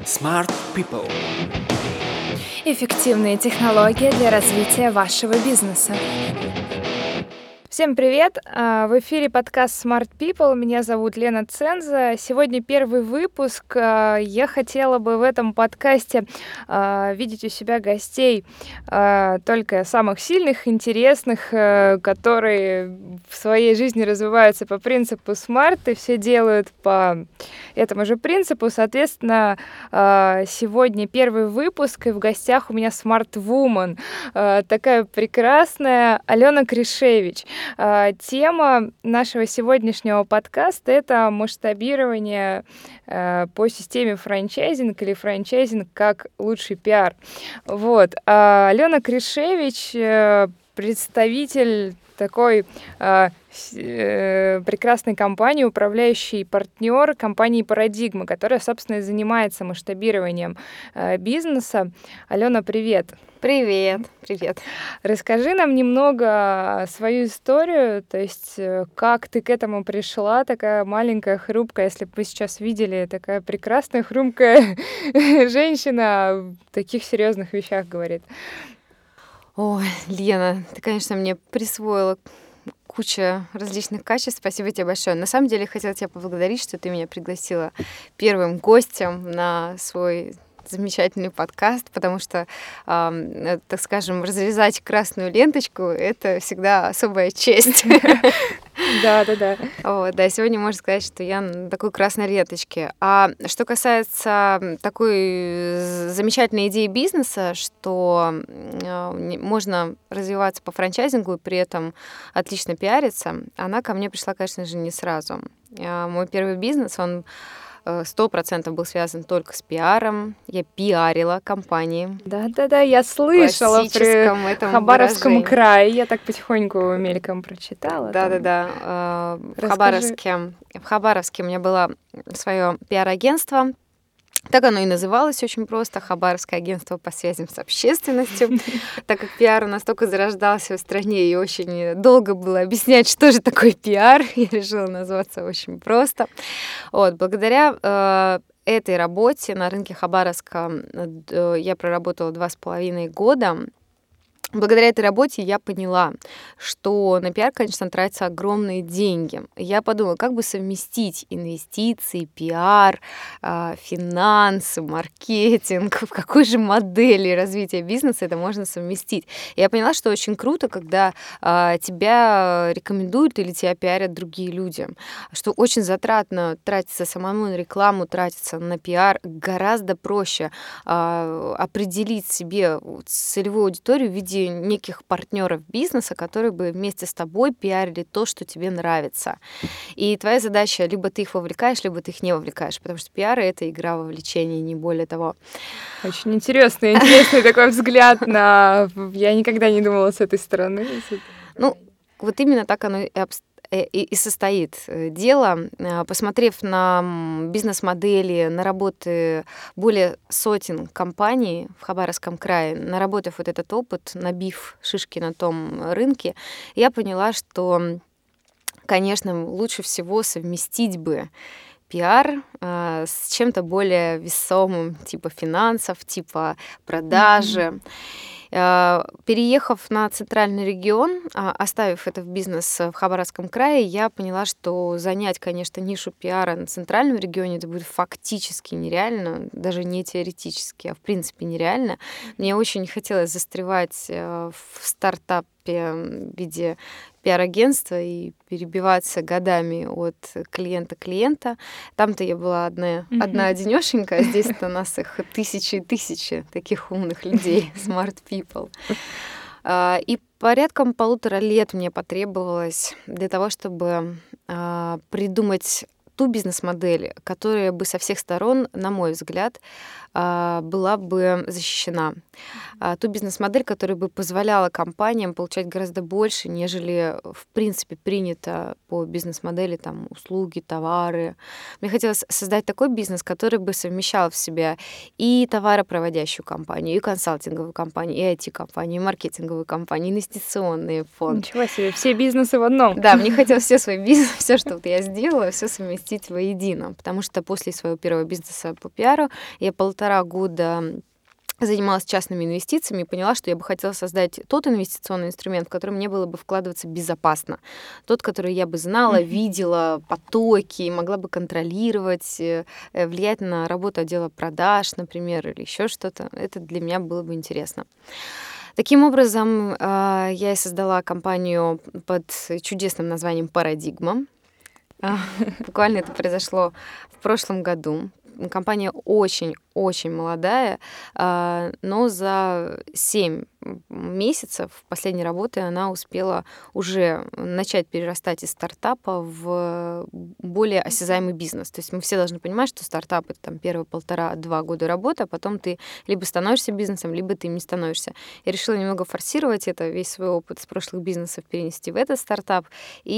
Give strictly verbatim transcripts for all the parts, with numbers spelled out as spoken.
Smart People. Эффективные технологии для развития вашего бизнеса. Всем привет! В эфире подкаст Smart People. Меня зовут Лена Ценза. Сегодня первый выпуск. Я хотела бы в этом подкасте видеть у себя гостей только самых сильных, интересных, которые в своей жизни развиваются по принципу Smart и все делают по этому же принципу. Соответственно, сегодня первый выпуск, и в гостях у меня Smart Woman, такая прекрасная Алена Кришевич. Тема нашего сегодняшнего подкаста — это масштабирование э, по системе франчайзинг или франчайзинг как лучший пиар. Вот. А Алена Кришевич э, представитель такой э, э, прекрасной компании, управляющий партнер компании «Парадигма», которая, собственно, и занимается масштабированием э, бизнеса. Алена, привет! Привет, привет. Расскажи нам немного свою историю, то есть как ты к этому пришла, такая маленькая, хрупкая, если бы вы сейчас видели, такая прекрасная, хрупкая женщина в таких серьезных вещах говорит. Ой, Лена, ты, конечно, мне присвоила кучу различных качеств. Спасибо тебе большое. На самом деле, хотела тебя поблагодарить, что ты меня пригласила первым гостем на свой замечательный подкаст, потому что, э, так скажем, разрезать красную ленточку — это всегда особая честь. Да, да, да. Вот, да, сегодня можно сказать, что я на такой красной ленточке. А что касается такой замечательной идеи бизнеса, что можно развиваться по франчайзингу и при этом отлично пиариться, она ко мне пришла, конечно же, не сразу. Мой первый бизнес, он сто процентов был связан только с пиаром. Я пиарила компании. Да-да-да, я слышала при Хабаровском крае. Я так потихоньку мельком прочитала. Да-да-да. В Хабаровске, в Хабаровске у меня было свое пиар-агентство. Так оно и называлось очень просто — Хабаровское агентство по связям с общественностью. Так как пиар у нас только зарождался в стране, и очень долго было объяснять, что же такое пиар, я решила назваться очень просто. Вот, благодаря э, этой работе на рынке Хабаровска э, я проработала два с половиной года. Благодаря этой работе я поняла, что на пиар, конечно, тратятся огромные деньги. Я подумала, как бы совместить инвестиции, пиар, финансы, маркетинг, в какой же модели развития бизнеса это можно совместить. Я поняла, что очень круто, когда тебя рекомендуют или тебя пиарят другие люди, что очень затратно тратиться самому на рекламу, тратиться на пиар. Гораздо проще определить себе целевую аудиторию в виде неких партнеров бизнеса, которые бы вместе с тобой пиарили то, что тебе нравится. И твоя задача — либо ты их вовлекаешь, либо ты их не вовлекаешь, потому что пиар — это игра вовлечения, не более того. Очень интересный, интересный такой взгляд на... Я никогда не думала с этой стороны. Ну, вот именно так оно и обстоит. И состоит дело. Посмотрев на бизнес-модели, на работы более сотен компаний в Хабаровском крае, наработав вот этот опыт, набив шишки на том рынке, я поняла, что, конечно, лучше всего совместить бы пиар э, с чем-то более весомым, типа финансов, типа продажи. Mm-hmm. Переехав на центральный регион, оставив это в бизнес в Хабаровском крае, я поняла, что занять, конечно, нишу пиара на центральном регионе это будет фактически нереально, даже не теоретически, а в принципе нереально. Мне очень не хотелось застревать в стартапе в виде пиар-агентства и перебиваться годами от клиента к клиента. Там-то я была одна, mm-hmm. одна-одинёшенька, а здесь-то у нас их тысячи и тысячи таких умных людей, smart people. И порядком полутора лет мне потребовалось для того, чтобы придумать ту бизнес-модель, которая бы со всех сторон, на мой взгляд, была бы защищена. Ту бизнес-модель, которая бы позволяла компаниям получать гораздо больше, нежели в принципе принято по бизнес-модели, там, услуги, товары. Мне хотелось создать такой бизнес, который бы совмещал в себя и товаропроводящую компанию, и консалтинговую компанию, и ай ти-компанию, и маркетинговую компанию, и инвестиционные фонды. Ничего себе, все бизнесы в одном. Да, мне хотелось все свой бизнес, все, что вот я сделала, все совместить совместить воедино, потому что после своего первого бизнеса по пиару я полтора года занималась частными инвестициями и поняла, что я бы хотела создать тот инвестиционный инструмент, в который мне было бы вкладываться безопасно. Тот, который я бы знала, видела потоки, могла бы контролировать, э, э, влиять на работу отдела продаж, например, или еще что-то. Это для меня было бы интересно. Таким образом, а, я и создала компанию под чудесным названием «Парадигма». А, Буквально это произошло в прошлом году. Компания очень-очень молодая, а, но за семь месяцев последней работы она успела уже начать перерастать из стартапа в более осязаемый бизнес. То есть мы все должны понимать, что стартап — это там первые полтора-два года работы, а потом ты либо становишься бизнесом, либо ты им не становишься. Я решила немного форсировать это, весь свой опыт с прошлых бизнесов перенести в этот стартап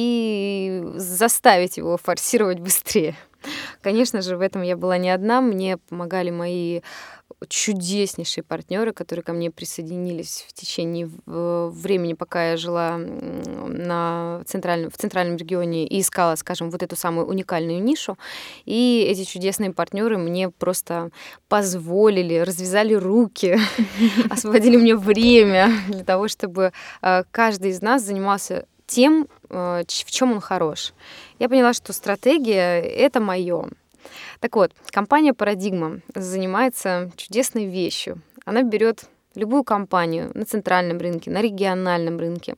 и заставить его форсировать быстрее. Конечно же, в этом я была не одна. Мне помогали мои чудеснейшие партнеры, которые ко мне присоединились в течение в- времени, пока я жила м, на центральном, в центральном регионе и искала, скажем, вот эту самую уникальную нишу. И эти чудесные партнеры мне просто позволили, развязали руки, освободили мне время для того, чтобы э, каждый из нас занимался тем, э, ч- в чем он хорош. Я поняла, что стратегия — это мое. Так вот, компания «Парадигма» занимается чудесной вещью. Она берет любую компанию на центральном рынке, на региональном рынке,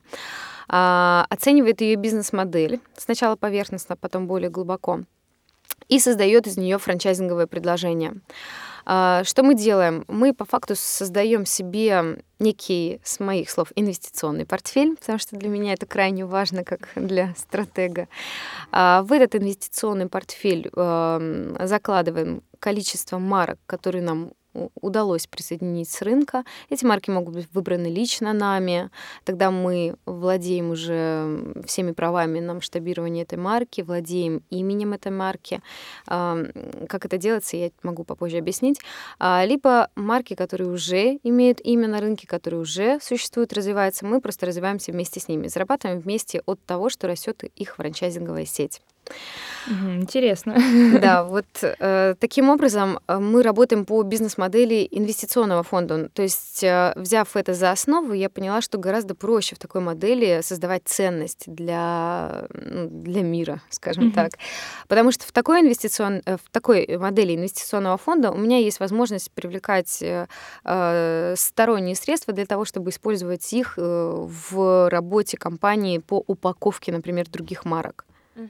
а, оценивает ее бизнес-модель, сначала поверхностно, потом более глубоко, и создает из нее франчайзинговое предложение. А, Что мы делаем? Мы по факту создаем себе некий, с моих слов, инвестиционный портфель, потому что для меня это крайне важно, как для стратега. А, В этот инвестиционный портфель эм, закладываем количество марок, которые нам у- удалось присоединить с рынка. Эти марки могут быть выбраны лично нами. Тогда мы владеем уже всеми правами на масштабирование этой марки, владеем именем этой марки. Ам, Как это делается, я могу попозже объяснить. А, Либо марки, которые уже имеют имя на рынке, которые уже существуют, развиваются, мы просто развиваемся вместе с ними, зарабатываем вместе от того, что растет их франчайзинговая сеть. Мгм, Интересно. Да, вот э, таким образом э, мы работаем по бизнес-модели инвестиционного фонда. То есть, э, взяв это за основу, я поняла, что гораздо проще в такой модели создавать ценность для, ну, для мира, скажем Мгм. так. Потому что в такой, инвестицион... э, в такой модели инвестиционного фонда у меня есть возможность привлекать э, э, сторонние средства для того, чтобы использовать их э, в работе компании по упаковке, например, других марок.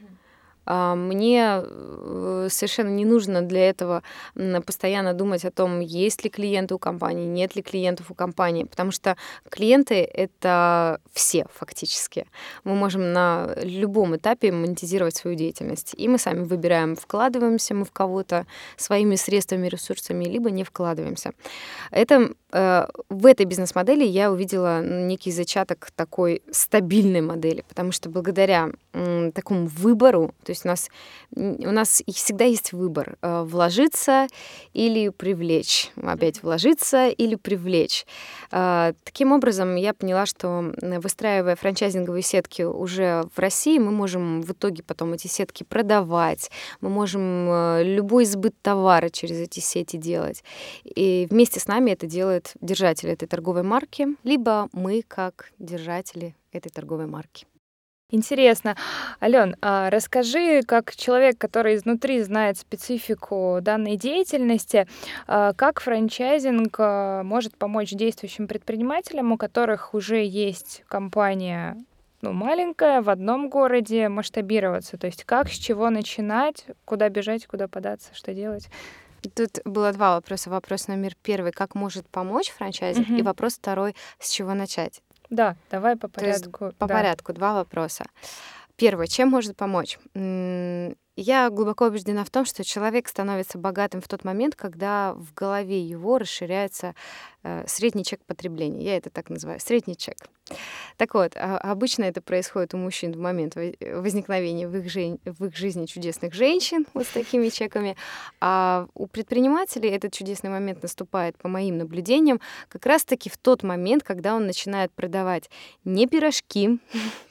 А, Мне э, совершенно не нужно для этого м, постоянно думать о том, есть ли клиенты у компании, нет ли клиентов у компании, потому что клиенты — это все фактически. Мы можем на любом этапе монетизировать свою деятельность, и мы сами выбираем, вкладываемся мы в кого-то своими средствами, ресурсами, либо не вкладываемся. Это, э, в этой бизнес-модели я увидела некий зачаток такой стабильной модели, потому что благодаря м, такому выбору, то есть у нас, м, у нас и всегда есть выбор э, вложиться или привлечь, опять вложиться или привлечь. Э, Таким образом, я поняла, что м, выстраивая франчайзинговые сетки уже в России, мы можем в итоге потом эти сетки продавать, мы можем э, любой сбыт товара через эти сети делать. И вместе с нами это делает держатель этой торговой марки, либо мы как держатели этой торговой марки. Интересно. Ален, а расскажи, как человек, который изнутри знает специфику данной деятельности, а, как франчайзинг а, может помочь действующим предпринимателям, у которых уже есть компания, ну, маленькая, в одном городе, масштабироваться? То есть как, с чего начинать, куда бежать, куда податься, что делать? Тут было два вопроса. Вопрос номер первый — как может помочь франчайзинг? И Мгм. вопрос второй — с чего начать? Да, давай по То есть порядку. по Да. порядку два вопроса. Первое. Чем может помочь? М, Я глубоко убеждена в том, что человек становится богатым в тот момент, когда в голове его расширяется э, средний чек потребления. Я это так называю, средний чек. Так вот, а- обычно это происходит у мужчин в момент воз- возникновения в их, жен- в их жизни чудесных женщин вот с такими чеками, а у предпринимателей этот чудесный момент наступает, по моим наблюдениям, как раз-таки в тот момент, когда он начинает продавать не пирожки,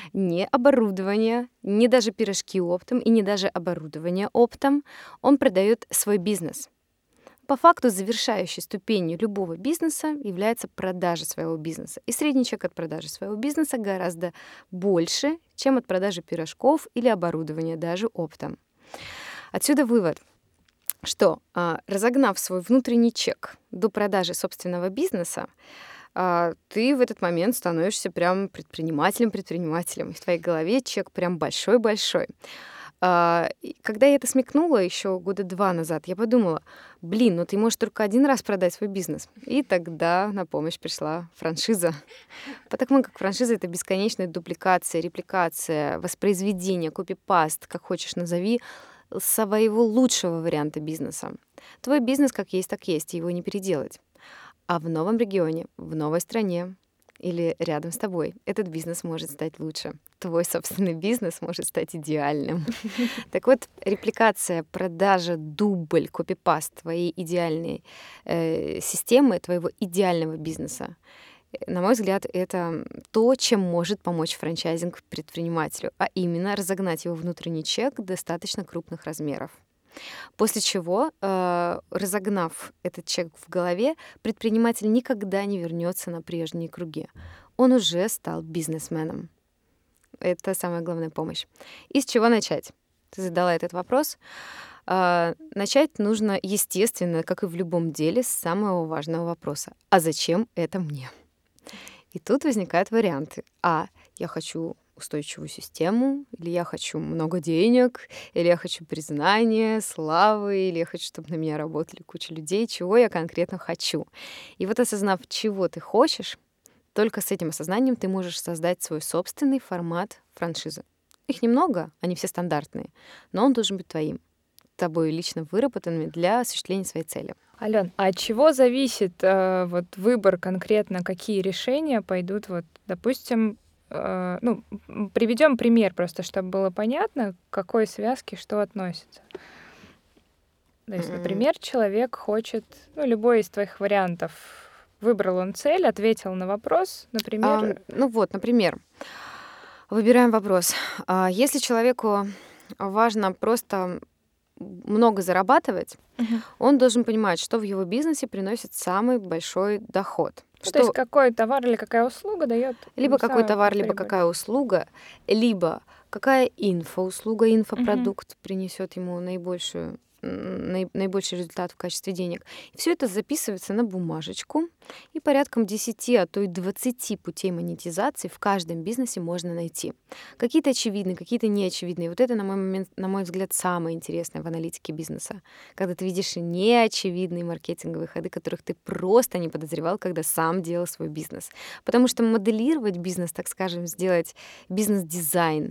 не оборудование, не даже пирожки оптом и не даже оборудование оптом. Он продает свой бизнес. По факту завершающей ступенью любого бизнеса является продажа своего бизнеса. И средний чек от продажи своего бизнеса гораздо больше, чем от продажи пирожков или оборудования даже оптом. Отсюда вывод, что а, разогнав свой внутренний чек до продажи собственного бизнеса, а, ты в этот момент становишься прям предпринимателем-предпринимателем. И в твоей голове чек прям большой-большой. А, и когда я это смекнула еще года два назад, я подумала, блин, ну ты можешь только один раз продать свой бизнес. И тогда на помощь пришла франшиза. Потому как франшиза — это бесконечная дупликация, репликация, воспроизведение, копипаст, как хочешь назови, своего лучшего варианта бизнеса. Твой бизнес как есть, так есть, его не переделать. А в новом регионе, в новой стране или рядом с тобой этот бизнес может стать лучше. Твой собственный бизнес может стать идеальным. Так вот, репликация, продажа, дубль, копипаст твоей идеальной э, системы, твоего идеального бизнеса, на мой взгляд, это то, чем может помочь франчайзинг предпринимателю, а именно разогнать его внутренний чек до достаточно крупных размеров. После чего, э, разогнав этот чек в голове, предприниматель никогда не вернется на прежние круги. Он уже стал бизнесменом. Это самая главная помощь. И с чего начать? Ты задала этот вопрос. Э, начать нужно, естественно, как и в любом деле, с самого важного вопроса. А зачем это мне? И тут возникают варианты. А, я хочу устойчивую систему, или я хочу много денег, или я хочу признания, славы, или я хочу, чтобы на меня работали куча людей, чего я конкретно хочу. И вот осознав, чего ты хочешь, только с этим осознанием ты можешь создать свой собственный формат франшизы. Их немного, они все стандартные, но он должен быть твоим, тобой лично выработанными для осуществления своей цели. Алён, а от чего зависит э, вот выбор конкретно, какие решения пойдут, вот, допустим, э, ну, приведем пример просто, чтобы было понятно, к какой связке что относится. То есть, например, человек хочет, ну, любой из твоих вариантов, выбрал он цель, ответил на вопрос, например... А, ну вот, например, выбираем вопрос. А если человеку важно просто много зарабатывать, Мгм. он должен понимать, что в его бизнесе приносит самый большой доход. Ну, Что то есть какой товар или какая услуга дает либо какой самую товар, либо прибыль. какая услуга, либо какая инфоуслуга, инфопродукт принесет ему наибольшую, м, наи- наибольший результат в качестве денег. И все это записывается на бумажечку, и порядком десяти, а то и двадцати путей монетизации в каждом бизнесе можно найти. Какие-то очевидные, какие-то неочевидные. Вот это, на мой, момент, на мой взгляд, самое интересное в аналитике бизнеса. Когда ты видишь неочевидные маркетинговые ходы, которых ты просто не подозревал, когда сам делал свой бизнес. Потому что моделировать бизнес, так скажем, сделать бизнес-дизайн,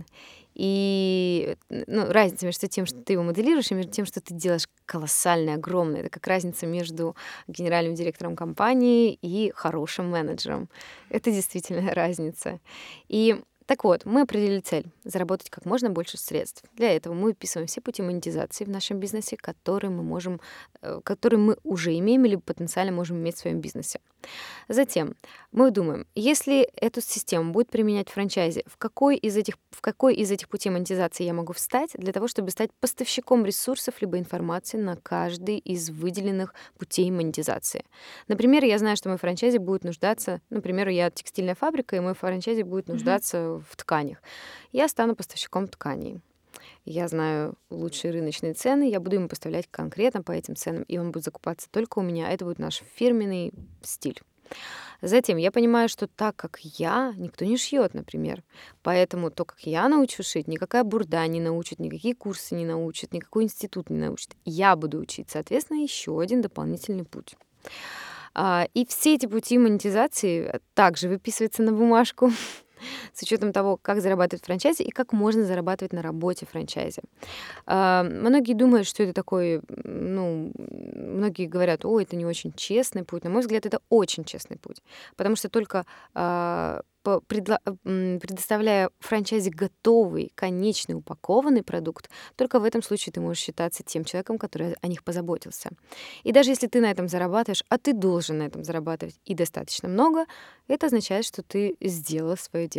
и ну, разница между тем, что ты его моделируешь, и между тем, что ты делаешь колоссальная, огромная. Это как разница между генеральным директором компании и хорошим менеджером. Это действительно разница. И так вот, мы определили цель — заработать как можно больше средств. Для этого мы выписываем все пути монетизации в нашем бизнесе, которые мы можем, э, которые мы уже имеем или потенциально можем иметь в своем бизнесе. Затем мы думаем, если эту систему будет применять франчайзи, в какой из этих, в какой из этих путей монетизации я могу встать для того, чтобы стать поставщиком ресурсов либо информации на каждый из выделенных путей монетизации. Например, я знаю, что мой франчайзи будет нуждаться, например, я текстильная фабрика, и мой франчайзи будет нуждаться в тканях. Я стану поставщиком тканей. Я знаю лучшие рыночные цены, я буду ему поставлять конкретно по этим ценам, и он будет закупаться только у меня. Это будет наш фирменный стиль. Затем я понимаю, что так как я, никто не шьет, например. Поэтому то, как я научу шить, никакая бурда не научит, никакие курсы не научат, никакой институт не научит. Я буду учить. Соответственно, еще один дополнительный путь. А, И все эти пути монетизации также выписываются на бумажку с учетом того, как зарабатывать франчайзи и как можно зарабатывать на работе франчайзи. А, Многие думают, что это такой, ну, многие говорят, о, это не очень честный путь. На мой взгляд, это очень честный путь, потому что только а, по- предла- м, предоставляя франчайзи готовый, конечный, упакованный продукт, только в этом случае ты можешь считаться тем человеком, который о них позаботился. И даже если ты на этом зарабатываешь, а ты должен на этом зарабатывать и достаточно много, это означает, что ты сделала свое дело.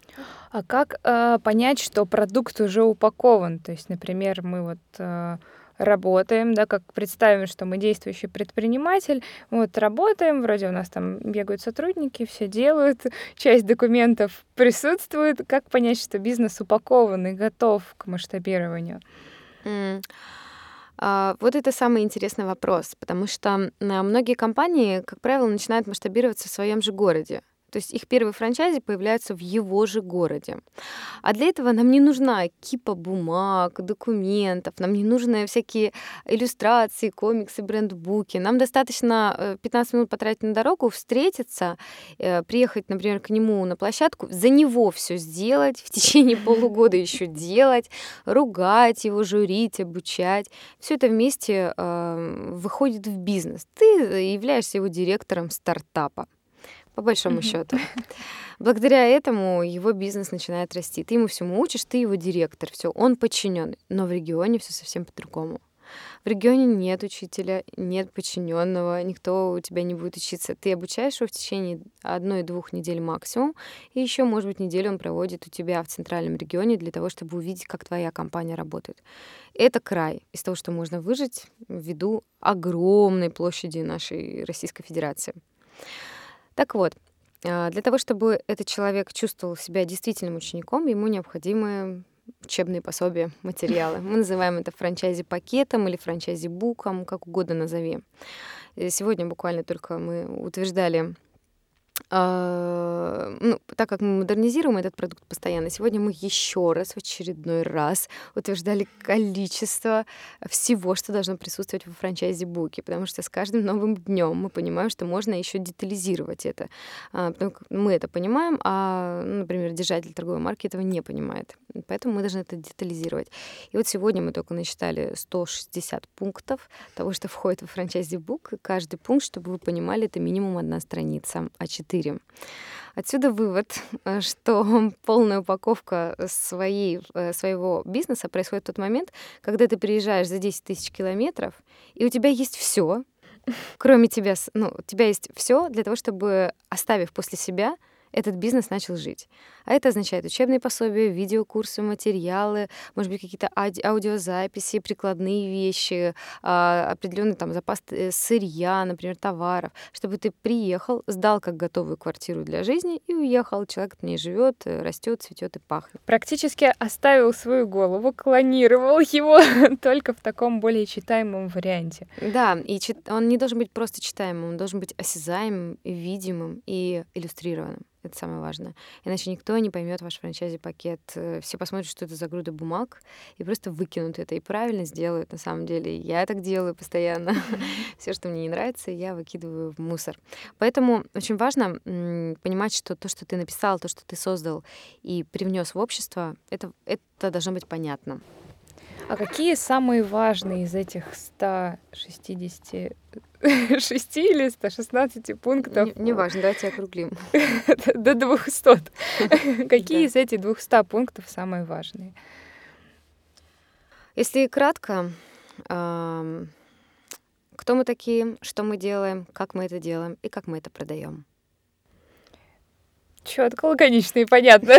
А как, э, понять, что продукт уже упакован? То есть, например, мы вот, э, работаем, да, как представим, что мы действующий предприниматель, вот работаем, вроде у нас там бегают сотрудники, все делают, часть документов присутствует. Как понять, что бизнес упакован и готов к масштабированию? М. А, вот это самый интересный вопрос, потому что м, многие компании, как правило, начинают масштабироваться в своем же городе. То есть их первый франчайзи появляются в его же городе. А для этого нам не нужна кипа бумаг, документов, нам не нужны всякие иллюстрации, комиксы, брендбуки. Нам достаточно э, пятнадцать минут потратить на дорогу, встретиться, э, приехать, например, к нему на площадку, за него все сделать, в течение полугода еще делать, ругать его, журить, обучать. Все это вместе э, выходит в бизнес. Ты являешься его директором стартапа, по большому Мгм. счету. Благодаря этому его бизнес начинает расти. Ты ему всему учишь, ты его директор, все, он подчиненный. Но в регионе все совсем по-другому. В регионе нет учителя, нет подчиненного, никто у тебя не будет учиться. Ты обучаешь его в течение одной-двух недель максимум, и еще, может быть, неделю он проводит у тебя в центральном регионе для того, чтобы увидеть, как твоя компания работает. Это край из того, что можно выжить ввиду огромной площади нашей Российской Федерации. Так вот, а, для того, чтобы этот человек чувствовал себя действительным учеником, ему необходимы учебные пособия, материалы. Мы называем это франчайзи-пакетом или франчайзи-буком, как угодно назови. Э, Сегодня буквально только мы утверждали, а, ну, так как мы модернизируем этот продукт постоянно, сегодня мы еще раз, в очередной раз утверждали количество всего, что должно присутствовать во франчайзи-буке, потому что с каждым новым днем мы понимаем, что можно еще детализировать это. А, потому как мы это понимаем, а, ну, например, держатель торговой марки этого не понимает. Поэтому мы должны это детализировать. И вот сегодня мы только насчитали сто шестьдесят пунктов того, что входит во франчайзи-бук. И каждый пункт, чтобы вы понимали, это минимум одна страница а четыре. Отсюда вывод, э, что полная упаковка своей, э, своего бизнеса происходит в тот момент, когда ты приезжаешь за десять тысяч километров, и у тебя есть все, кроме тебя, с- ну, у тебя есть все для того, чтобы, оставив после себя, этот бизнес начал жить. А это означает учебные пособия, видеокурсы, материалы, может быть, какие-то ауди- аудиозаписи, прикладные вещи, а, определенный там запас э, сырья, например, товаров, чтобы ты приехал, сдал как готовую квартиру для жизни и уехал. Человек в ней живет, э, растет, цветет и пахнет. Практически оставил свою голову, клонировал его только в таком более читаемом варианте. Да, и чит- он не должен быть просто читаемым, он должен быть осязаемым, видимым и иллюстрированным. Это самое важное. Иначе никто не поймет ваш франчайзи-пакет. Э, Все посмотрят, что это за груда бумаг, и просто выкинут это. И правильно сделают, на самом деле. Я так делаю постоянно. Все, что мне не нравится, я выкидываю в мусор. Поэтому очень важно м, понимать, что то, что ты написал, то, что ты создал и привнес в общество, это, это должно быть понятно. А какие самые важные из этих ста шестидесяти шести или ста шестнадцати пунктов Не- Неважно, давайте округлим. до двухсот? Какие Да. из этих двухсот пунктов самые важные? Если кратко, ам, кто мы такие, что мы делаем, как мы это делаем и как мы это продаем. Четко, лаконично и понятно.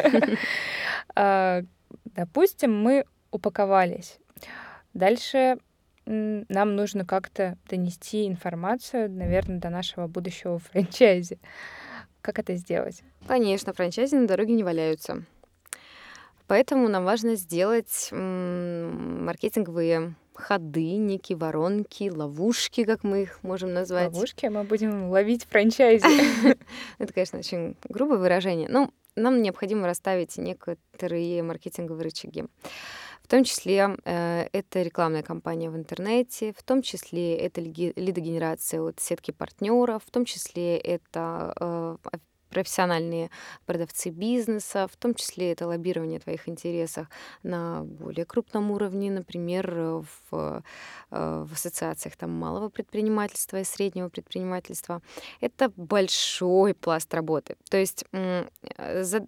А, Допустим, мы упаковались. Дальше м, нам нужно как-то донести информацию, наверное, до нашего будущего франчайзи. Как это сделать? Конечно, франчайзи на дороге не валяются. Поэтому нам важно сделать м, маркетинговые ходы, некие воронки, ловушки, как мы их можем назвать. Ловушки мы будем ловить франчайзи. Это, конечно, очень грубое выражение, но нам необходимо расставить некоторые маркетинговые рычаги. В том числе э, это рекламная кампания в интернете, в том числе это лиги- лидогенерация от сетки партнеров, в том числе это э, а- профессиональные продавцы бизнеса, в том числе это лоббирование твоих интересов на более крупном уровне, например, э, в, э, в ассоциациях там, малого предпринимательства и среднего предпринимательства. Это большой пласт работы. То есть м, э, за-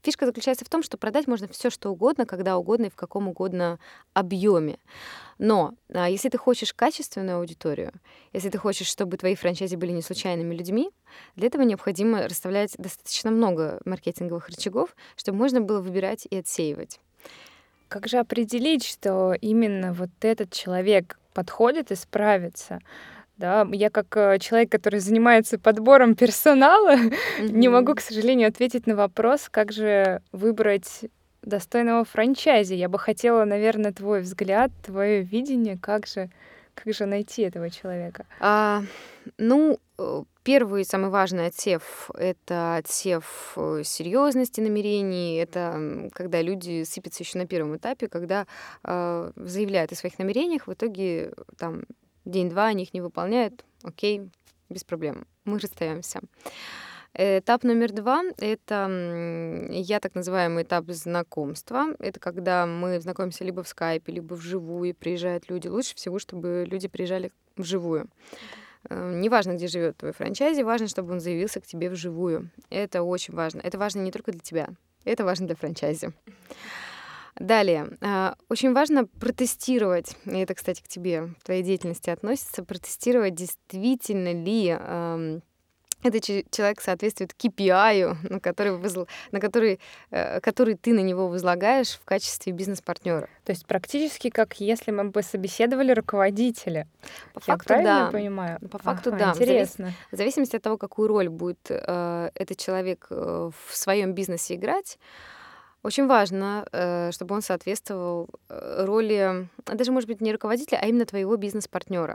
Фишка заключается в том, что продать можно все, что угодно, когда угодно и в каком угодно объеме. Но а, если ты хочешь качественную аудиторию, если ты хочешь, чтобы твои франчайзи были не случайными людьми, для этого необходимо расставлять достаточно много маркетинговых рычагов, чтобы можно было выбирать и отсеивать. Как же определить, что именно вот этот человек подходит и справится? Да, я как э, человек, который занимается подбором персонала, не могу, к Мгм. сожалению, ответить на вопрос, как же выбрать достойного франчайзи. Я бы хотела, наверное, твой взгляд, твое видение, как же, как же найти этого человека. А, ну, э, первый и самый важный отсев — это отсев э, серьезности намерений. Это м, когда люди сыпятся еще на первом этапе, когда э, заявляют о своих намерениях, в итоге э, там день-два они их не выполняют, окей, без проблем, мы расстаемся. Этап номер два — это, м, я так называемый этап знакомства. Это когда мы знакомимся либо в скайпе, либо вживую, приезжают люди. Лучше всего, чтобы люди приезжали вживую. Э, Неважно, где живет твой франчайзи, важно, чтобы он заявился к тебе вживую. Это очень важно. Это важно не только для тебя, это важно для франчайзи. Далее, а, очень важно протестировать, и это, кстати, к тебе, в твоей деятельности относится, протестировать, действительно ли ам, этот че- человек соответствует кей пи ай, на который, возл- на который, э, который ты на него возлагаешь в качестве бизнес-партнера. То есть практически как если мы бы собеседовали руководителя. По Я факту, правильно да. понимаю? По факту, Ага, да. В завис- интересно. в зависимости от того, какую роль будет э, этот человек э, в своем бизнесе играть, очень важно, э, чтобы он соответствовал э, роли, а даже, может быть, не руководителя, а именно твоего бизнес-партнера.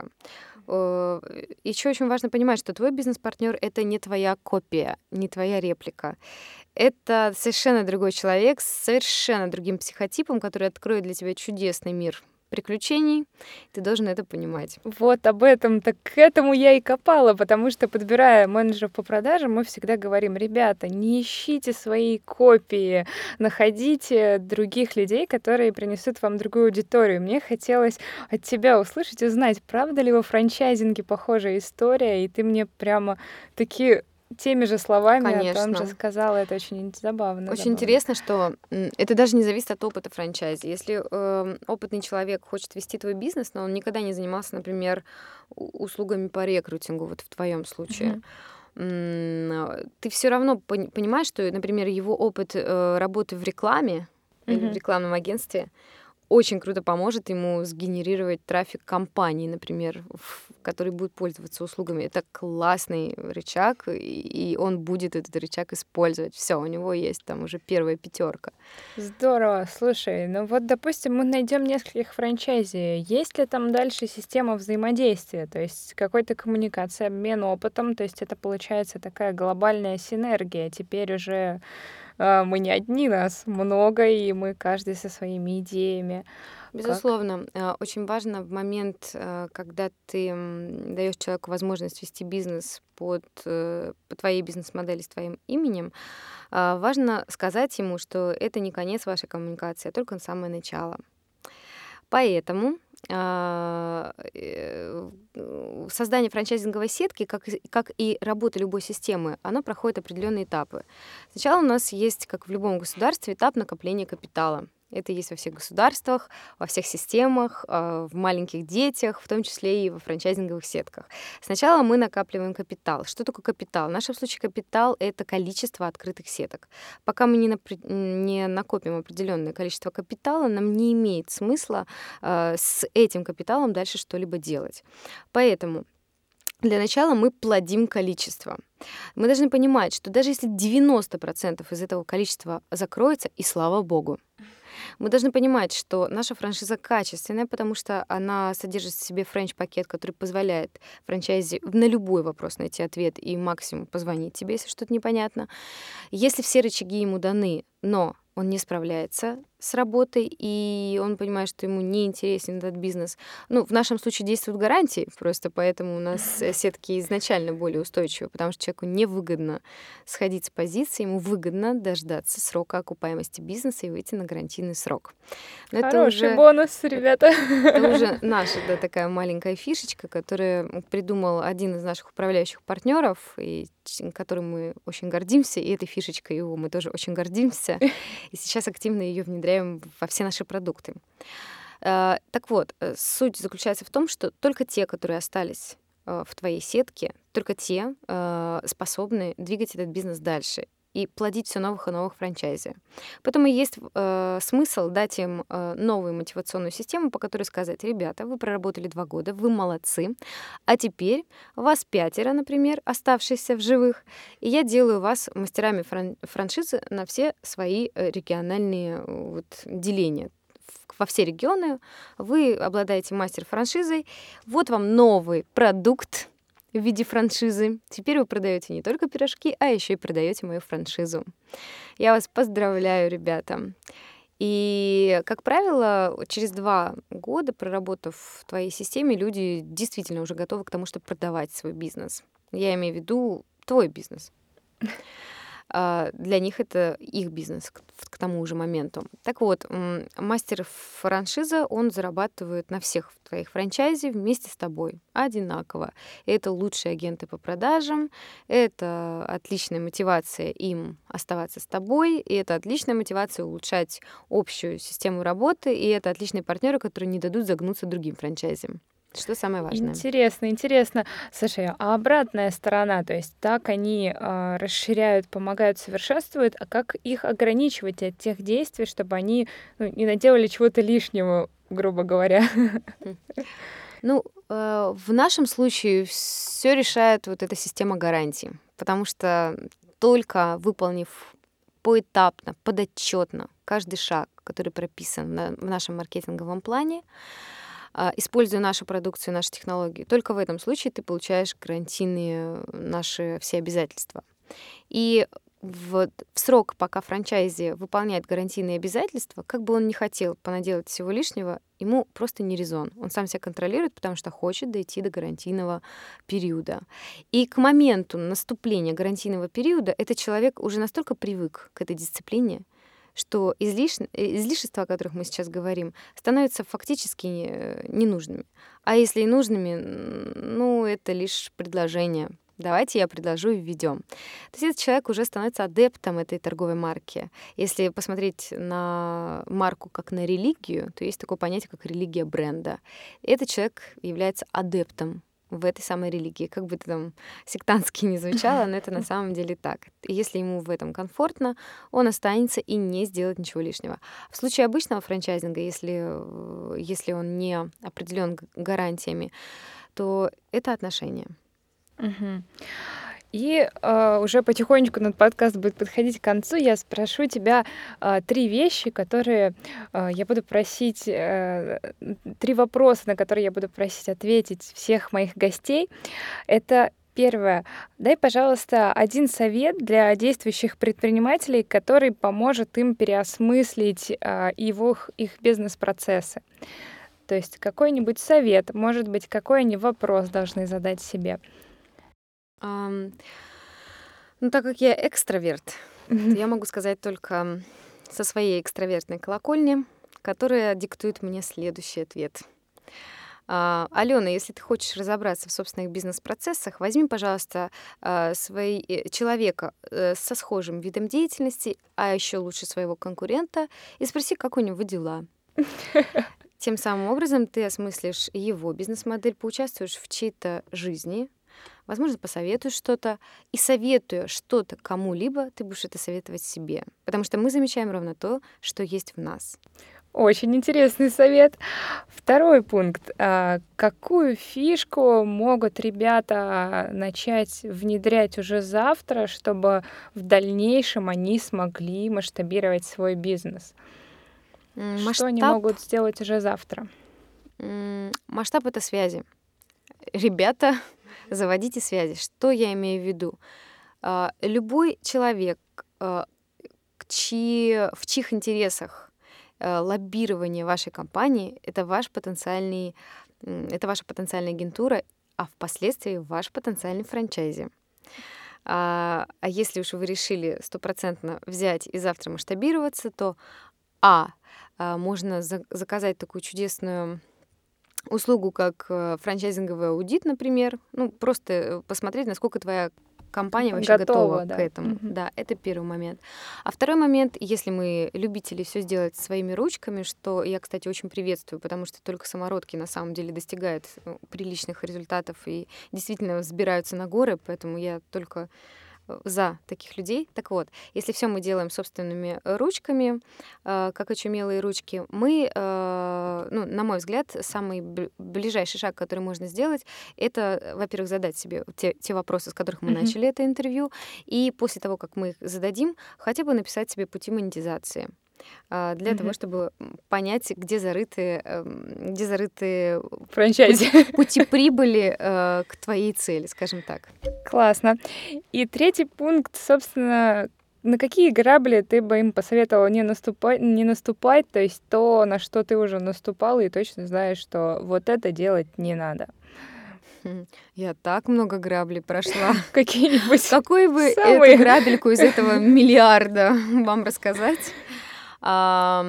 Еще очень важно понимать, что твой бизнес-партнер — это не твоя копия, не твоя реплика. Это совершенно другой человек с совершенно другим психотипом, который откроет для тебя чудесный мир приключений. Ты должен это понимать. Вот об этом, так к этому я и копала, потому что, подбирая менеджеров по продажам, мы всегда говорим: ребята, не ищите свои копии, находите других людей, которые принесут вам другую аудиторию. Мне хотелось от тебя услышать, узнать, правда ли во франчайзинге похожая история, и ты мне прямо такие теми же словами о том же Конечно. сказала. Это очень забавно, Очень забавно. интересно, что м, это даже не зависит от опыта франчайзи. Если эм, опытный человек хочет вести твой бизнес, но он никогда не занимался, например, у- услугами по рекрутингу, вот в твоем случае, Мгм. м, а, ты все равно пони- понимаешь, что, например, его опыт э, работы в рекламе или в Мгм. рекламном агентстве очень круто поможет ему сгенерировать трафик компании, например, в- который будет пользоваться услугами. Это классный рычаг, и и он будет этот рычаг использовать. Все, у него есть там уже первая пятерка. Здорово. Слушай, ну вот, допустим, мы найдем нескольких франчайзи. Есть ли там дальше система взаимодействия? То есть какой-то коммуникация, обмен опытом? То есть это получается такая глобальная синергия. Теперь уже а, мы не одни, нас много, и мы каждый со своими идеями. Как? Безусловно, э, очень важно в момент, э, когда ты даешь человеку возможность вести бизнес под, э, по твоей бизнес-модели с твоим именем, а, важно сказать ему, что это не конец вашей коммуникации, а только самое начало. Поэтому а, э, в- создание франчайзинговой сетки, как, и- как и работа любой системы, оно проходит определенные этапы. Сначала у нас есть, как в любом государстве, этап накопления капитала. Это есть во всех государствах, во всех системах, а, в маленьких детях, в том числе и во франчайзинговых сетках. Сначала мы накапливаем капитал. Что такое капитал? В нашем случае капитал — это количество открытых сеток. Пока мы не, напри- не накопим определенное количество капитала, нам не имеет смысла э, с этим капиталом дальше что-либо делать. Поэтому для начала мы плодим количество. Мы должны понимать, что даже если девяносто процентов из этого количества закроется, и слава богу, мы должны понимать, что наша франшиза качественная, потому что она содержит в себе френч-пакет, который позволяет франчайзи на любой вопрос найти ответ и максимум позвонить тебе, если что-то непонятно. Если все рычаги ему даны, но он не справляется с работой, и он понимает, что ему не интересен этот бизнес. Ну, в нашем случае действуют гарантии, просто поэтому у нас э, сетки изначально более устойчивы, потому что человеку невыгодно сходить с позиции, ему выгодно дождаться срока окупаемости бизнеса и выйти на гарантийный срок. Но это Хороший уже, бонус, ребята. это уже наша, да, такая маленькая фишечка, которую придумал один из наших управляющих партнеров, и ч- которым мы очень гордимся, и этой фишечкой его мы тоже очень гордимся. И сейчас активно ее внедряем во все наши продукты. Э, Так вот, э, суть заключается в том, что только те, которые остались э, в твоей сетке, только те э, способны двигать этот бизнес дальше и плодить все новых и новых франчайзи. Поэтому есть э, смысл дать им э, новую мотивационную систему, по которой сказать: ребята, вы проработали два года, вы молодцы, а теперь вас пятеро, например, оставшихся в живых, и я делаю вас мастерами фран- франшизы на все свои э, региональные э, вот, деления. В- Во все регионы вы обладаете мастер-франшизой. Вот вам новый продукт в виде франшизы. Теперь вы продаете не только пирожки, а еще и продаете мою франшизу. Я вас поздравляю, ребята. И, как правило, через два года, проработав в твоей системе, люди действительно уже готовы к тому, чтобы продавать свой бизнес. Я имею в виду твой бизнес. А, Для них это их бизнес к, к тому же моменту. Так вот, м, мастер франшиза, он зарабатывает на всех твоих франчайзи вместе с тобой одинаково. И это лучшие агенты по продажам, это отличная мотивация им оставаться с тобой, и это отличная мотивация улучшать общую систему работы, и это отличные партнеры, которые не дадут загнуться другим франчайзам. Что самое важное. Интересно, интересно. Слушай, а обратная сторона, то есть так они а, расширяют, помогают, совершенствуют, а как их ограничивать от тех действий, чтобы они ну, не наделали чего-то лишнего, грубо говоря? Хм. Ну, э, в нашем случае все решает вот эта система гарантий, потому что только выполнив поэтапно, подотчетно каждый шаг, который прописан на- в нашем маркетинговом плане, а, используя нашу продукцию, наши технологии, только в этом случае ты получаешь гарантийные наши все обязательства. И в, в срок, пока франчайзи выполняет гарантийные обязательства, как бы он ни хотел понаделать всего лишнего, ему просто не резон. Он сам себя контролирует, потому что хочет дойти до гарантийного периода. И к моменту наступления гарантийного периода этот человек уже настолько привык к этой дисциплине, что излиш... э, излишества, о которых мы сейчас говорим, становятся фактически э, ненужными. А если и нужными, м, ну, это лишь предложение. Давайте я предложу и введем. То есть этот человек уже становится адептом этой торговой марки. Если посмотреть на марку как на религию, то есть такое понятие, как религия бренда. Этот человек является адептом в этой самой религии. Как бы это там сектантски не звучало, но это на самом деле так. И если ему в этом комфортно, он останется и не сделает ничего лишнего. В случае обычного франчайзинга, если, э, если он не определен г- гарантиями, то это отношения. Мгм. И э, уже потихонечку над подкаст будет подходить к концу. Я спрошу тебя э, три вещи, которые э, я буду просить, э, н- три вопроса, на которые я буду просить ответить всех моих гостей. Это первое. Дай, пожалуйста, один совет для действующих предпринимателей, который поможет им переосмыслить э, его, их бизнес-процессы. То есть какой-нибудь совет, может быть, какой они вопрос должны задать себе. Ам, Ну, так как я экстраверт, то я могу сказать только со своей экстравертной колокольни, которая диктует мне следующий ответ. А, Алена, если ты хочешь разобраться в собственных бизнес-процессах, возьми, пожалуйста, а, свои- э, человека э, со схожим видом деятельности, а еще лучше своего конкурента, и спроси, как у него дела. Тем самым образом ты осмыслишь его бизнес-модель, поучаствуешь в чьей-то жизни, возможно, посоветуешь что-то, и советуя что-то кому-либо, ты будешь это советовать себе. Потому что мы замечаем ровно то, что есть в нас. Очень интересный совет. Второй пункт. А, Какую фишку могут ребята начать внедрять уже завтра, чтобы в дальнейшем они смогли масштабировать свой бизнес? М, Что они Масштаб, могут сделать уже завтра? м, масштаб это связи. Ребята, заводите связи. Что я имею в виду? А, Любой человек, а, к чьи, в чьих интересах э, лоббирование вашей компании — это ваш потенциальный, м, это ваша потенциальная агентура, а впоследствии ваш потенциальный франчайзи. А, а если уж вы решили стопроцентно взять и завтра масштабироваться, то а, а, можно за- заказать такую чудесную услугу, как э, франчайзинговый аудит, например. Ну, просто э, посмотреть, насколько твоя компания вообще Готова, готова к да. этому. Мгм. Да, это первый момент. А второй момент, если мы любители все сделать своими ручками, что я, кстати, очень приветствую, потому что только самородки на самом деле достигают э, приличных результатов и действительно взбираются на горы, поэтому я только э, за таких людей. Так вот, если все мы делаем собственными э, ручками, э, как очумелые ручки, мы, э, ну, на мой взгляд, самый бл- ближайший шаг, который можно сделать, это, э, во-первых, задать себе те, те вопросы, с которых мы Мгм. начали это интервью, и после того, как мы их зададим, хотя бы написать себе пути монетизации а, для того, Мгм. чтобы м, понять, где зарыты, эм, где зарыты Франчайзи. пути, пути прибыли э, к твоей цели, скажем так. Классно. И третий пункт, собственно, на какие грабли ты бы им посоветовала не наступать, не наступать, то есть то, на что ты уже наступала и точно знаешь, что вот это делать не надо. Хм, Я так много граблей прошла. Какие-нибудь Какую бы эту самые... грабельку из этого миллиарда вам рассказать? Ам,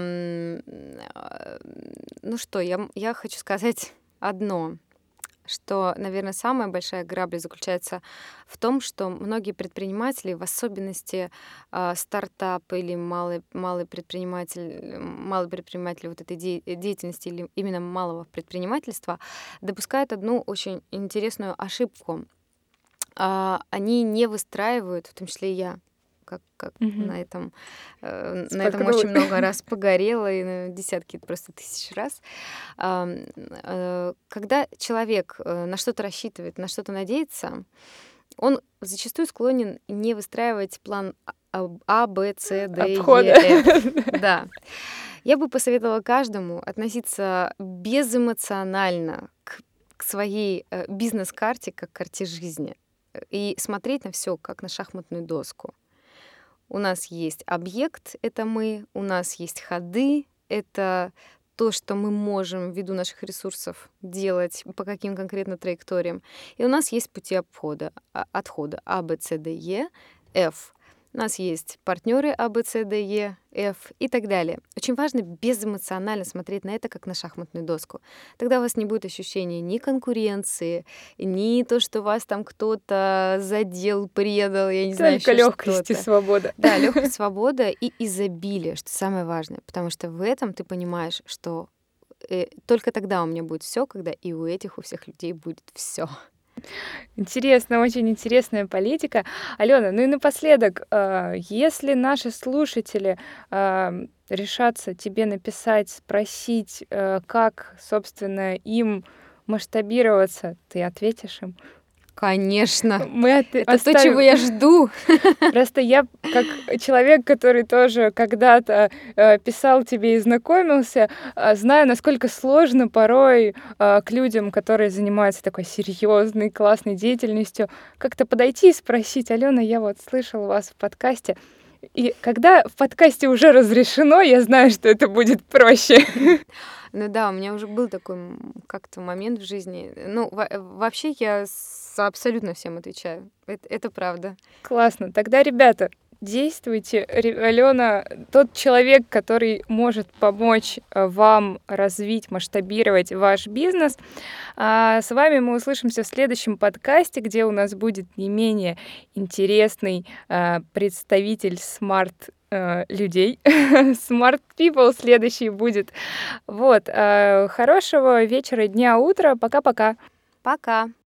а, Ну что, я, м- я хочу сказать одно, что, наверное, самая большая грабля заключается в том, что многие предприниматели, в особенности а, стартапы или малый, малый предприниматель, м, малый предприниматель вот этой де- деятельности или именно малого предпринимательства, допускают одну очень интересную ошибку. А, они не выстраивают, в том числе и я, как, как Мгм. на этом, э, на этом Споткнулась. очень много раз погорела, и на десятки, просто тысяч раз. Ам, э, Когда человек э, на что-то рассчитывает, на что-то надеется, он зачастую склонен не выстраивать план А, А, Б, С, Д, Е, Обхода. Ф. Да. Я бы посоветовала каждому относиться безэмоционально к, к своей э, бизнес-карте, как к карте жизни, э, и смотреть на все как на шахматную доску. У нас есть объект, это мы, у нас есть ходы, это то, что мы можем ввиду наших ресурсов делать, по каким конкретно траекториям. И у нас есть пути обхода, а- отхода А, Б, С, Д, Е, Ф. У нас есть партнеры А, Б, С, Д, Е, Ф и так далее. Очень важно безэмоционально смотреть на это как на шахматную доску. Тогда у вас не будет ощущения ни конкуренции, ни то, что вас там кто-то задел, предал, я не знаю, Только еще легкость и что-то. свобода. Да, легкость, свобода и изобилие, что самое важное, потому что в этом ты понимаешь, что э, только тогда у меня будет все, когда и у этих, у всех людей будет все. Интересно, очень интересная политика. Алена, ну и напоследок, а, если наши слушатели а, решатся тебе написать, спросить, э, как, собственно, им масштабироваться, ты ответишь им? Конечно, Мы от- это то, чего оставим. я жду. Просто я, как человек, который тоже когда-то э, писал тебе и знакомился, а, знаю, насколько сложно порой а, к людям, которые занимаются такой серьезной, классной деятельностью, как-то подойти и спросить: Алена, я вот слышала вас в подкасте. И когда в подкасте уже разрешено, я знаю, что это будет проще. Ну да, у меня уже был такой м, как-то момент в жизни. Ну, во- вообще я с абсолютно всем отвечаю. Это, это правда. Классно. Тогда, ребята, действуйте. Ре- Алена тот человек, который может помочь э, вам развить, масштабировать ваш бизнес. А с вами мы услышимся в следующем подкасте, где у нас будет не менее интересный э, представитель смарт э, людей. Smart People следующий будет. Вот. э, Хорошего вечера, дня, утра. Пока-пока. Пока.